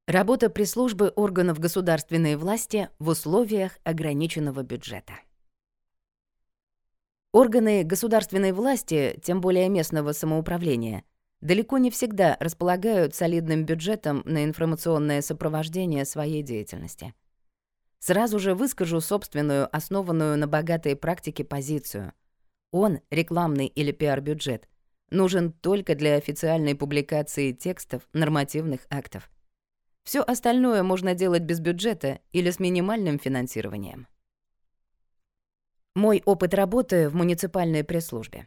Работа пресс-службы органов государственной власти в условиях ограниченного бюджета. Органы государственной власти, тем более местного самоуправления, далеко не всегда располагают солидным бюджетом на информационное сопровождение своей деятельности. Сразу же выскажу собственную, основанную на богатой практике позицию. Он, рекламный или пиар-бюджет, нужен только для официальной публикации текстов, нормативных актов. Все остальное можно делать без бюджета или с минимальным финансированием. Мой опыт работы в муниципальной пресс-службе.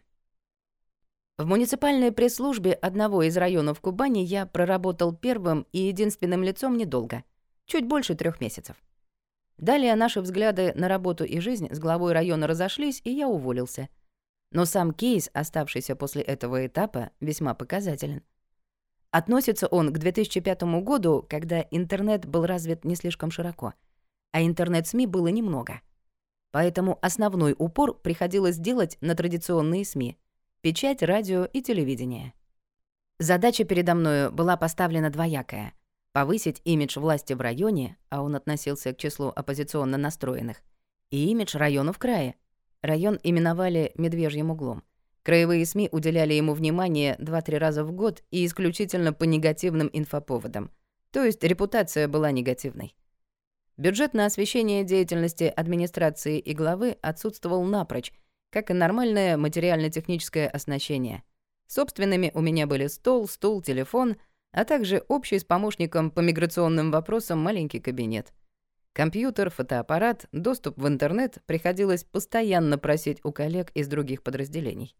В муниципальной пресс-службе одного из районов Кубани я проработал первым и единственным лицом недолго, чуть больше 3 месяцев. Далее наши взгляды на работу и жизнь с главой района разошлись, и я уволился. Но сам кейс, оставшийся после этого этапа, весьма показателен. Относится он к 2005 году, когда интернет был развит не слишком широко, а интернет-СМИ было немного. Поэтому основной упор приходилось делать на традиционные СМИ — печать, радио и телевидение. Задача передо мною была поставлена двоякая — повысить имидж власти в районе, а он относился к числу оппозиционно настроенных, и имидж района в крае. Район именовали «Медвежьим углом». Краевые СМИ уделяли ему внимание 2-3 раза в год и исключительно по негативным инфоповодам, то есть репутация была негативной. Бюджет на освещение деятельности администрации и главы отсутствовал напрочь, как и нормальное материально-техническое оснащение. Собственными у меня были стол, стул, телефон, а также общий с помощником по миграционным вопросам маленький кабинет. Компьютер, фотоаппарат, доступ в интернет приходилось постоянно просить у коллег из других подразделений.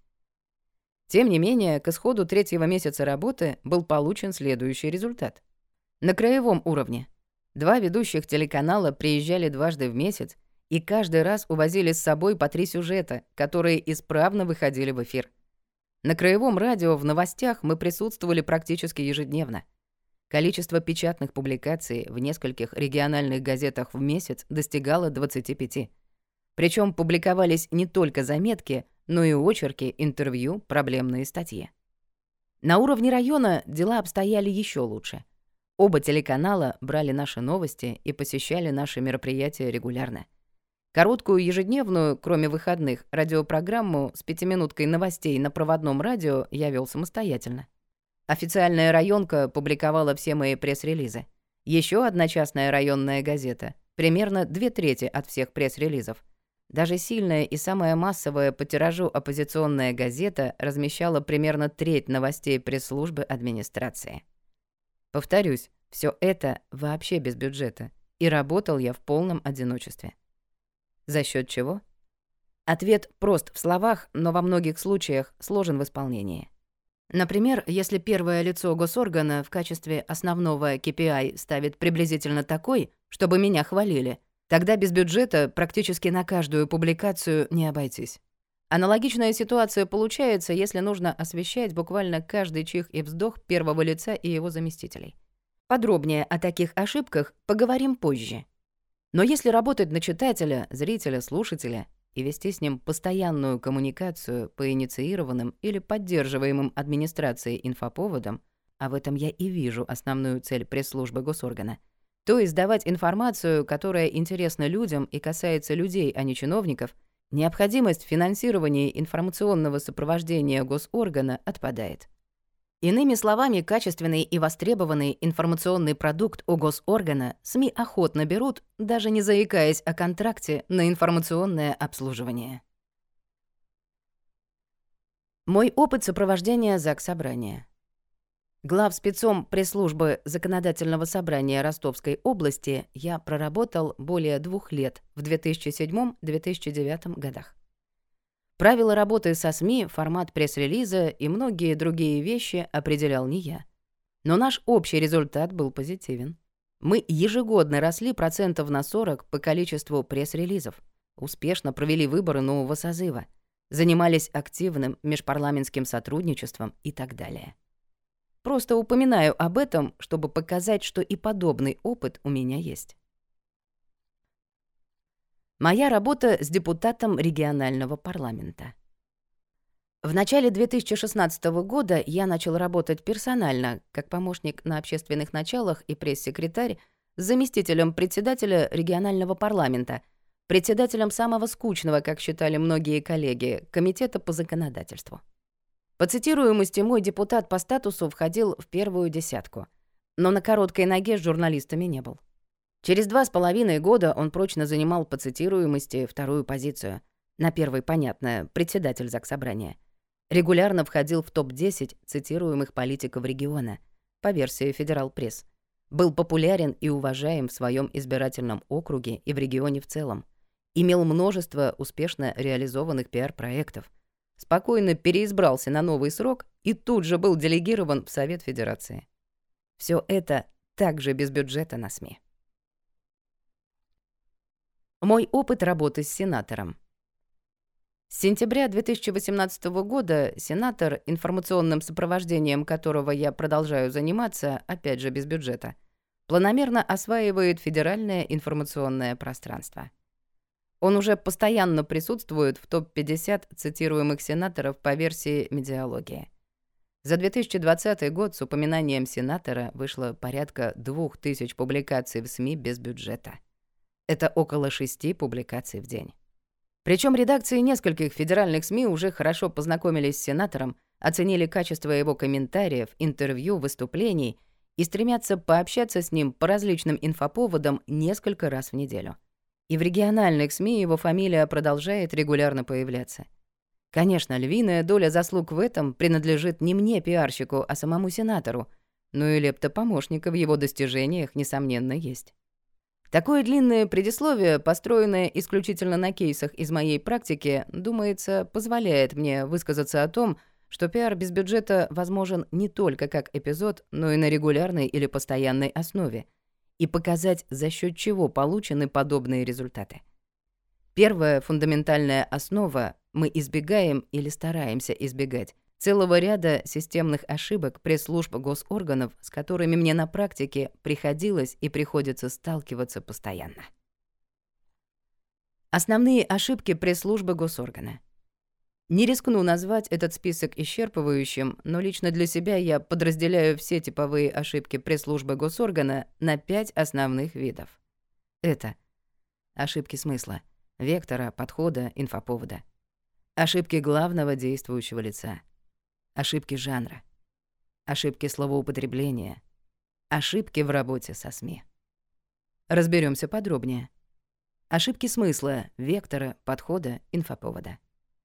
Тем не менее, к исходу 3-го месяца работы был получен следующий результат. На краевом уровне 2 ведущих телеканала приезжали дважды в месяц и каждый раз увозили с собой по 3 сюжета, которые исправно выходили в эфир. На краевом радио в новостях мы присутствовали практически ежедневно. Количество печатных публикаций в нескольких региональных газетах в месяц достигало 25. Причем публиковались не только заметки, но и очерки, интервью, проблемные статьи. На уровне района дела обстояли еще лучше. Оба телеканала брали наши новости и посещали наши мероприятия регулярно. Короткую ежедневную, кроме выходных, радиопрограмму с 5-минуткой новостей на проводном радио я вел самостоятельно. Официальная районка публиковала все мои пресс-релизы. Еще одна частная районная газета, примерно 2/3 от всех пресс-релизов. Даже сильная и самая массовая по тиражу оппозиционная газета размещала примерно треть новостей пресс-службы администрации. Повторюсь, все это вообще без бюджета, и работал я в полном одиночестве. За счет чего? Ответ прост в словах, но во многих случаях сложен в исполнении. Например, если первое лицо госоргана в качестве основного KPI ставит приблизительно такой, чтобы меня хвалили, тогда без бюджета практически на каждую публикацию не обойтись. Аналогичная ситуация получается, если нужно освещать буквально каждый чих и вздох первого лица и его заместителей. Подробнее о таких ошибках поговорим позже. Но если работать на читателя, зрителя, слушателя и вести с ним постоянную коммуникацию по инициированным или поддерживаемым администрацией инфоповодам, а в этом я и вижу основную цель пресс-службы госоргана, то есть давать информацию, которая интересна людям и касается людей, а не чиновников, необходимость финансирования информационного сопровождения госоргана отпадает. Иными словами, качественный и востребованный информационный продукт у госоргана СМИ охотно берут, даже не заикаясь о контракте на информационное обслуживание. Мой опыт сопровождения Заксобрания. Главспецом пресс-службы Законодательного собрания Ростовской области я проработал более 2 лет в 2007-2009 годах. Правила работы со СМИ, формат пресс-релиза и многие другие вещи определял не я. Но наш общий результат был позитивен. Мы ежегодно росли процентов на 40 по количеству пресс-релизов, успешно провели выборы нового созыва, занимались активным межпарламентским сотрудничеством и так далее. Просто упоминаю об этом, чтобы показать, что и подобный опыт у меня есть. Моя работа с депутатом регионального парламента. В начале 2016 года я начал работать персонально, как помощник на общественных началах и пресс-секретарь, с заместителем председателя регионального парламента, председателем самого скучного, как считали многие коллеги, комитета по законодательству. По цитируемости мой депутат по статусу входил в первую десятку, но на короткой ноге с журналистами не был. Через 2,5 года он прочно занимал по цитируемости вторую позицию. На первой, понятно, председатель Заксобрания. Регулярно входил в топ-10 цитируемых политиков региона, по версии Федерал Пресс. Был популярен и уважаем в своем избирательном округе и в регионе в целом. Имел множество успешно реализованных пиар-проектов. Спокойно переизбрался на новый срок и тут же был делегирован в Совет Федерации. Все это также без бюджета на СМИ. Мой опыт работы с сенатором. С сентября 2018 года сенатор, информационным сопровождением которого я продолжаю заниматься, опять же без бюджета, планомерно осваивает федеральное информационное пространство. Он уже постоянно присутствует в топ-50 цитируемых сенаторов по версии «Медиалогия». За 2020 год с упоминанием сенатора вышло порядка 2000 публикаций в СМИ без бюджета. Это около 6 публикаций в день. Причем редакции нескольких федеральных СМИ уже хорошо познакомились с сенатором, оценили качество его комментариев, интервью, выступлений и стремятся пообщаться с ним по различным инфоповодам несколько раз в неделю. И в региональных СМИ его фамилия продолжает регулярно появляться. Конечно, львиная доля заслуг в этом принадлежит не мне, пиарщику, а самому сенатору, но и лепта-помощника в его достижениях, несомненно, есть. Такое длинное предисловие, построенное исключительно на кейсах из моей практики, думается, позволяет мне высказаться о том, что пиар без бюджета возможен не только как эпизод, но и на регулярной или постоянной основе, и показать, за счет чего получены подобные результаты. Первая фундаментальная основа — мы избегаем или стараемся избегать целого ряда системных ошибок пресс-служб госорганов, с которыми мне на практике приходилось и приходится сталкиваться постоянно. Основные ошибки пресс-службы госоргана. Не рискну назвать этот список исчерпывающим, но лично для себя я подразделяю все типовые ошибки пресс-службы госоргана на 5 основных видов. Это ошибки смысла, вектора, подхода, инфоповода. Ошибки главного действующего лица. Ошибки жанра. Ошибки словоупотребления. Ошибки в работе со СМИ. Разберемся подробнее. Ошибки смысла, вектора, подхода, инфоповода.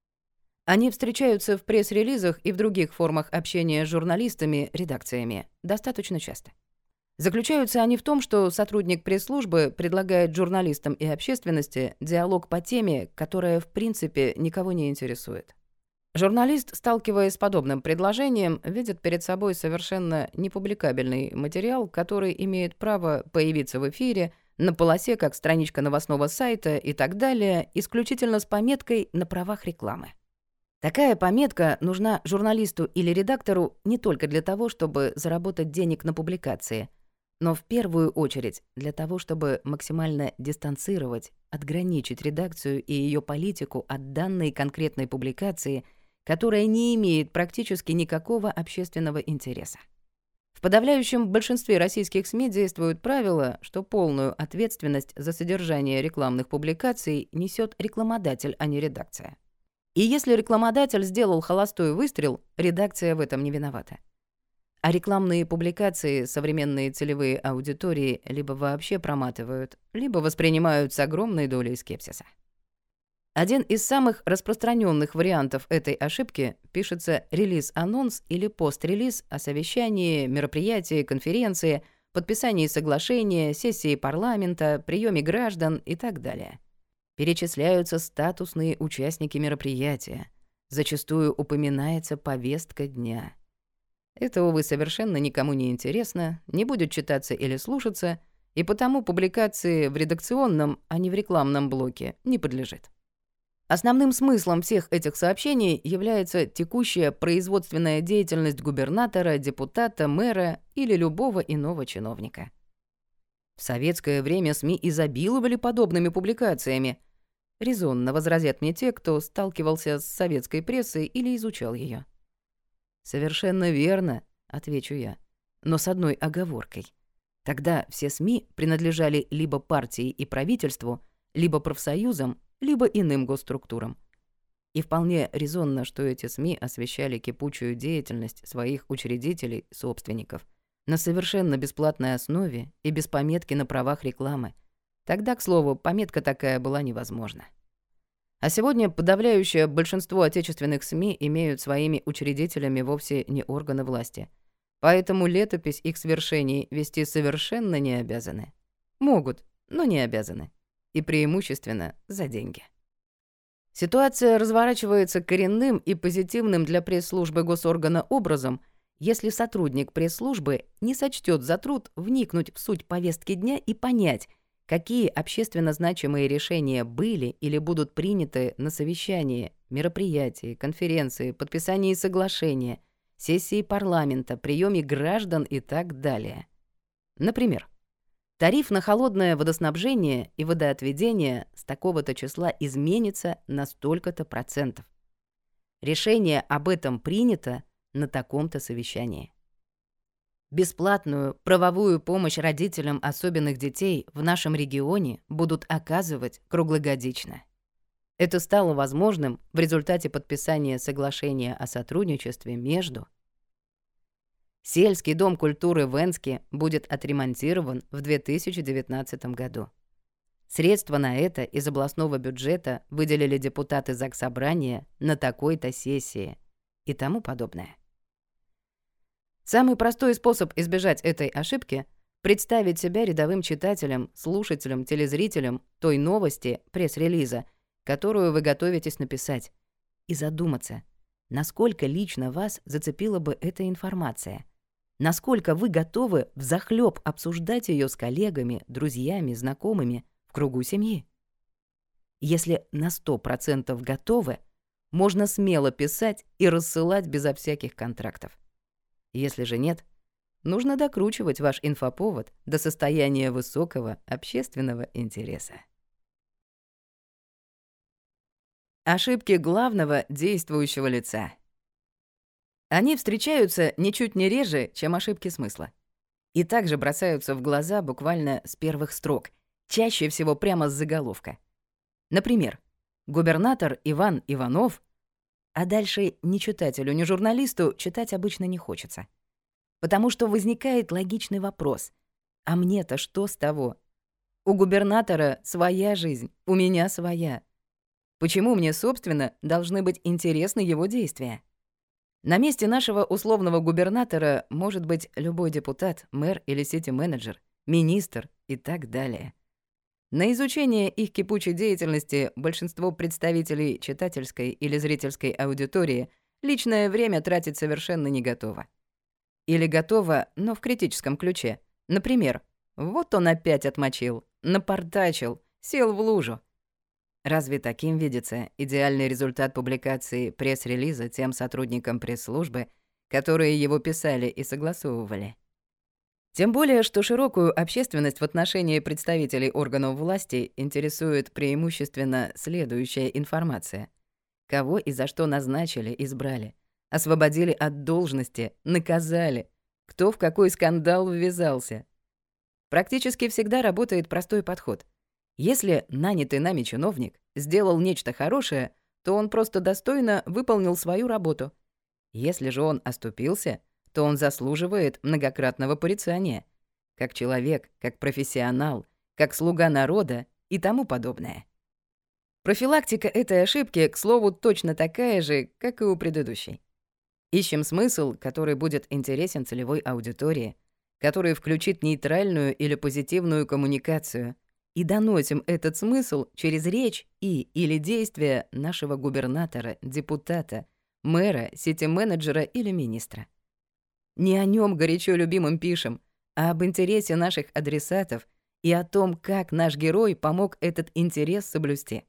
Они встречаются в пресс-релизах и в других формах общения с журналистами, редакциями достаточно часто. Заключаются они в том, что сотрудник пресс-службы предлагает журналистам и общественности диалог по теме, которая в принципе никого не интересует. Журналист, сталкиваясь с подобным предложением, видит перед собой совершенно непубликабельный материал, который имеет право появиться в эфире, на полосе как страничка новостного сайта и так далее, исключительно с пометкой «на правах рекламы». Такая пометка нужна журналисту или редактору не только для того, чтобы заработать денег на публикации, но в первую очередь для того, чтобы максимально дистанцировать, отграничить редакцию и ее политику от данной конкретной публикации, которая не имеет практически никакого общественного интереса. В подавляющем большинстве российских СМИ действует правило, что полную ответственность за содержание рекламных публикаций несет рекламодатель, а не редакция. И если рекламодатель сделал холостой выстрел, редакция в этом не виновата. А рекламные публикации современные целевые аудитории либо вообще проматывают, либо воспринимают с огромной долей скепсиса. Один из самых распространенных вариантов этой ошибки пишется релиз-анонс или пост-релиз о совещании, мероприятии, конференции, подписании соглашения, сессии парламента, приеме граждан и так далее. Перечисляются статусные участники мероприятия. Зачастую упоминается повестка дня. Это, увы, совершенно никому не интересно, не будет читаться или слушаться, и потому публикации в редакционном, а не в рекламном блоке не подлежит. Основным смыслом всех этих сообщений является текущая производственная деятельность губернатора, депутата, мэра или любого иного чиновника. В советское время СМИ изобиловали подобными публикациями. резонно возразят мне те, кто сталкивался с советской прессой или изучал ее. «Совершенно верно», — отвечу я, но с одной оговоркой. Тогда все СМИ принадлежали либо партии и правительству, либо профсоюзам, либо иным госструктурам. И вполне резонно, что эти СМИ освещали кипучую деятельность своих учредителей, собственников, на совершенно бесплатной основе и без пометки на правах рекламы. Тогда, к слову, пометка такая была невозможна. А сегодня подавляющее большинство отечественных СМИ имеют своими учредителями вовсе не органы власти. Поэтому летопись их свершений вести совершенно не обязаны. Могут, но не обязаны. И преимущественно за деньги. Ситуация разворачивается коренным и позитивным для пресс-службы госоргана образом, если сотрудник пресс-службы не сочтет за труд вникнуть в суть повестки дня и понять, какие общественно значимые решения были или будут приняты на совещании, мероприятии, конференции, подписании соглашения, сессии парламента, приеме граждан и так далее. Например, тариф на холодное водоснабжение и водоотведение с такого-то числа изменится на столько-то процентов. Решение об этом принято на таком-то совещании. Бесплатную правовую помощь родителям особенных детей в нашем регионе будут оказывать круглогодично. Это стало возможным в результате подписания соглашения о сотрудничестве между Сельский дом культуры в Энске будет отремонтирован в 2019 году. Средства на это из областного бюджета выделили депутаты Заксобрания на такой-то сессии и тому подобное. Самый простой способ избежать этой ошибки — представить себя рядовым читателем, слушателем, телезрителем той новости, пресс-релиза, которую вы готовитесь написать, и задуматься, насколько лично вас зацепила бы эта информация, насколько вы готовы взахлёб обсуждать ее с коллегами, друзьями, знакомыми в кругу семьи. Если на 100% готовы, можно смело писать и рассылать безо всяких контрактов. Если же нет, нужно докручивать ваш инфоповод до состояния высокого общественного интереса. Ошибки главного действующего лица. Они встречаются ничуть не реже, чем ошибки смысла. И также бросаются в глаза буквально с первых строк, чаще всего прямо с заголовка. Например, губернатор Иван Иванов, а дальше ни читателю, ни журналисту читать обычно не хочется. Потому что возникает логичный вопрос: а мне-то что с того? У губернатора своя жизнь, у меня своя. Почему мне, собственно, должны быть интересны его действия? На месте нашего условного губернатора может быть любой депутат, мэр или сити-менеджер, министр и так далее. На изучение их кипучей деятельности большинство представителей читательской или зрительской аудитории личное время тратить совершенно не готово. Или готово, но в критическом ключе. Например, вот он опять отмочил, напортачил, сел в лужу. Разве таким видится идеальный результат публикации пресс-релиза тем сотрудникам пресс-службы, которые его писали и согласовывали? Тем более, что широкую общественность в отношении представителей органов власти интересует преимущественно следующая информация. Кого и за что назначили, избрали, освободили от должности, наказали, кто в какой скандал ввязался. Практически всегда работает простой подход. Если нанятый нами чиновник сделал нечто хорошее, то он просто достойно выполнил свою работу. Если же он оступился, то он заслуживает многократного порицания. Как человек, как профессионал, как слуга народа и тому подобное. Профилактика этой ошибки, к слову, точно такая же, как и у предыдущей. Ищем смысл, который будет интересен целевой аудитории, который включит нейтральную или позитивную коммуникацию, и доносим этот смысл через речь или действия нашего губернатора, депутата, мэра, сити-менеджера или министра. Не о нем горячо любимым пишем, а об интересе наших адресатов и о том, как наш герой помог этот интерес соблюсти.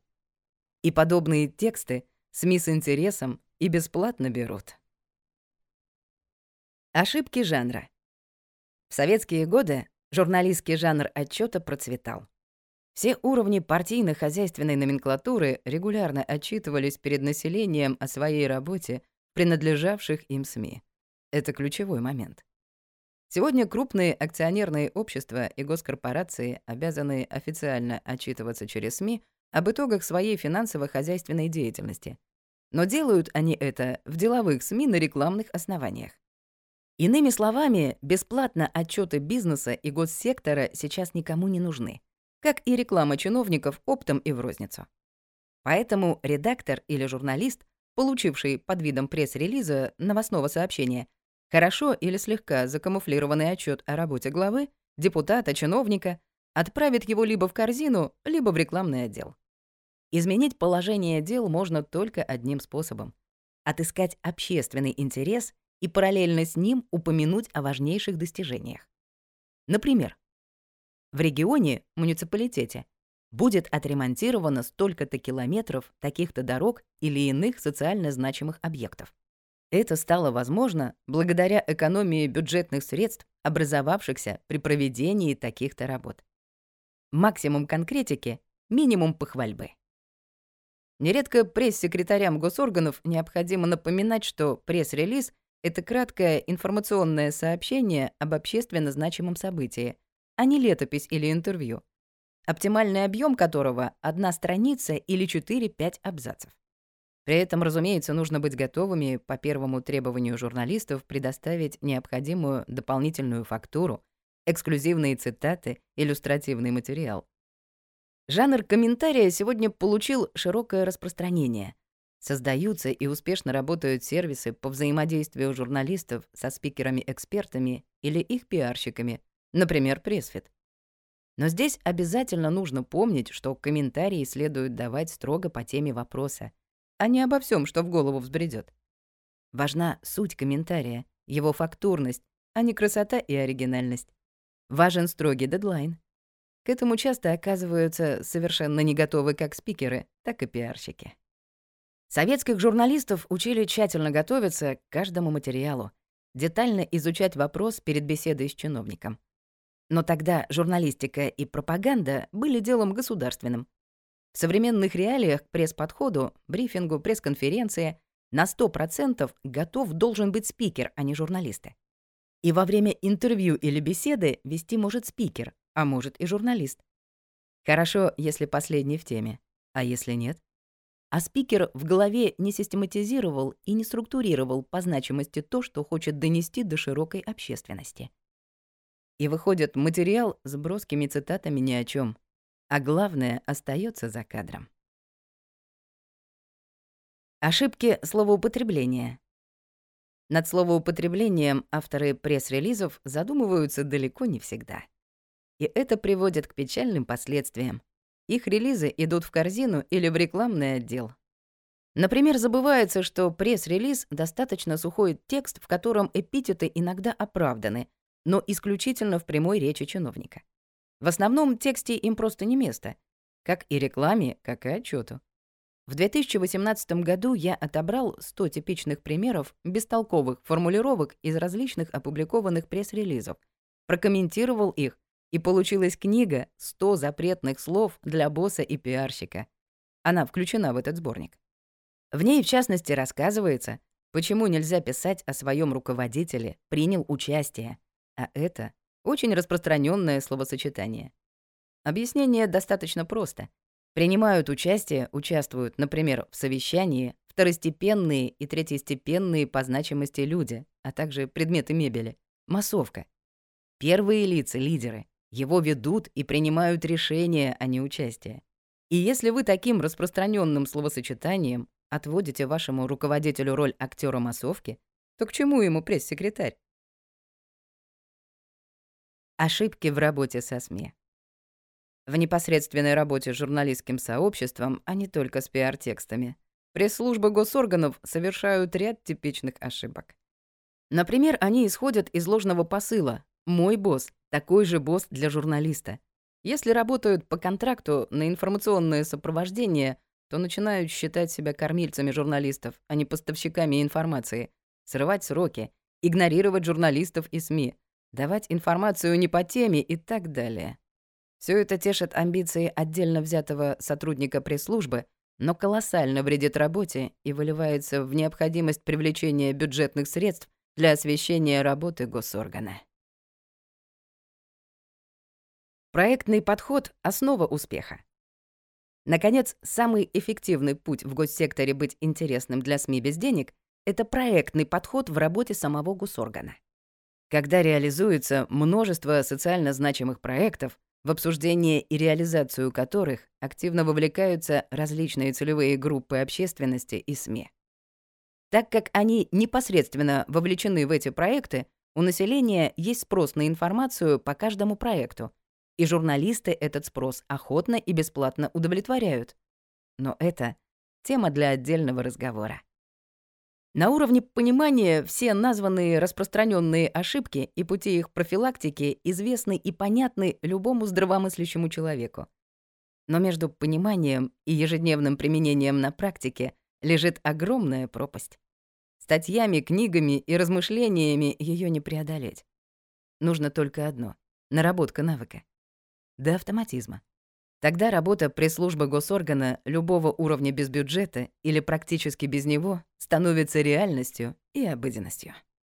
И подобные тексты СМИ с интересом и бесплатно берут. Ошибки жанра. В советские годы журналистский жанр отчёта процветал. Все уровни партийно-хозяйственной номенклатуры регулярно отчитывались перед населением о своей работе в принадлежавших им СМИ. Это ключевой момент. Сегодня крупные акционерные общества и госкорпорации обязаны официально отчитываться через СМИ об итогах своей финансово-хозяйственной деятельности. Но делают они это в деловых СМИ на рекламных основаниях. Иными словами, бесплатно отчеты бизнеса и госсектора сейчас никому не нужны, как и реклама чиновников оптом и в розницу. Поэтому редактор или журналист, получивший под видом пресс-релиза новостного сообщения хорошо или слегка закамуфлированный отчет о работе главы, депутата, чиновника, отправит его либо в корзину, либо в рекламный отдел. Изменить положение дел можно только одним способом — отыскать общественный интерес и параллельно с ним упомянуть о важнейших достижениях. Например, в регионе, муниципалитете, будет отремонтировано столько-то километров таких-то дорог или иных социально значимых объектов. Это стало возможно благодаря экономии бюджетных средств, образовавшихся при проведении таких-то работ. Максимум конкретики, минимум похвальбы. Нередко пресс-секретарям госорганов необходимо напоминать, что пресс-релиз — это краткое информационное сообщение об общественно значимом событии, а не летопись или интервью, оптимальный объем которого — 1 страница или 4-5 абзацев. При этом, разумеется, нужно быть готовыми по первому требованию журналистов предоставить необходимую дополнительную фактуру, эксклюзивные цитаты, иллюстративный материал. Жанр комментария сегодня получил широкое распространение. Создаются и успешно работают сервисы по взаимодействию журналистов со спикерами-экспертами или их пиарщиками, например, Пресфит. Но здесь обязательно нужно помнить, что комментарии следует давать строго по теме вопроса, а не обо всем, что в голову взбредет. Важна суть комментария, его фактурность, а не красота и оригинальность. Важен строгий дедлайн. К этому часто оказываются совершенно не готовы как спикеры, так и пиарщики. Советских журналистов учили тщательно готовиться к каждому материалу, детально изучать вопрос перед беседой с чиновником. Но тогда журналистика и пропаганда были делом государственным. В современных реалиях к пресс-подходу, брифингу, пресс-конференции на 100% готов должен быть спикер, а не журналисты. И во время интервью или беседы вести может спикер, а может и журналист. Хорошо, если последний в теме, а если нет? А спикер в голове не систематизировал и не структурировал по значимости то, что хочет донести до широкой общественности. И выходит, материал с броскими цитатами ни о чем, а главное остается за кадром. Ошибки словоупотребления. Над словоупотреблением авторы пресс-релизов задумываются далеко не всегда. И это приводит к печальным последствиям. Их релизы идут в корзину или в рекламный отдел. Например, забывается, что пресс-релиз — достаточно сухой текст, в котором эпитеты иногда оправданы, но исключительно в прямой речи чиновника. В основном тексте им просто не место, как и рекламе, как и отчету. В 2018 году я отобрал 100 типичных примеров бестолковых формулировок из различных опубликованных пресс-релизов, прокомментировал их, и получилась книга «100 запретных слов для босса и пиарщика». Она включена в этот сборник. В ней, в частности, рассказывается, почему нельзя писать о своем руководителе «принял участие», а это очень распространенное словосочетание. Объяснение достаточно просто. Принимают участие, участвуют, например, в совещании, второстепенные и третьестепенные по значимости люди, а также предметы мебели. Массовка. Первые лица, лидеры, его ведут и принимают решения, а не участие. И если вы таким распространенным словосочетанием отводите вашему руководителю роль актера массовки, то к чему ему пресс-секретарь? Ошибки в работе со СМИ. В непосредственной работе с журналистским сообществом, а не только с пиар-текстами, пресс-службы госорганов совершают ряд типичных ошибок. Например, они исходят из ложного посыла «мой босс, такой же босс для журналиста». Если работают по контракту на информационное сопровождение, то начинают считать себя кормильцами журналистов, а не поставщиками информации, срывать сроки, игнорировать журналистов и СМИ, давать информацию не по теме и так далее. Все это тешит амбиции отдельно взятого сотрудника пресс-службы, но колоссально вредит работе и выливается в необходимость привлечения бюджетных средств для освещения работы госоргана. Проектный подход — основа успеха. Наконец, самый эффективный путь в госсекторе быть интересным для СМИ без денег — это проектный подход в работе самого госоргана. Когда реализуется множество социально значимых проектов, в обсуждение и реализацию которых активно вовлекаются различные целевые группы общественности и СМИ. Так как они непосредственно вовлечены в эти проекты, у населения есть спрос на информацию по каждому проекту, и журналисты этот спрос охотно и бесплатно удовлетворяют. Но это тема для отдельного разговора. На уровне понимания все названные распространенные ошибки и пути их профилактики известны и понятны любому здравомыслящему человеку. Но между пониманием и ежедневным применением на практике лежит огромная пропасть. Статьями, книгами и размышлениями ее не преодолеть. Нужно только одно — наработка навыка. До автоматизма. Тогда работа пресс-службы госоргана любого уровня без бюджета или практически без него становится реальностью и обыденностью.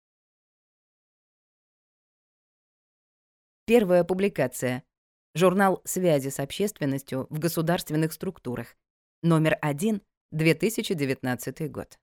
Первая публикация. Журнал «Связи с общественностью в государственных структурах». Номер 1, 2019 год.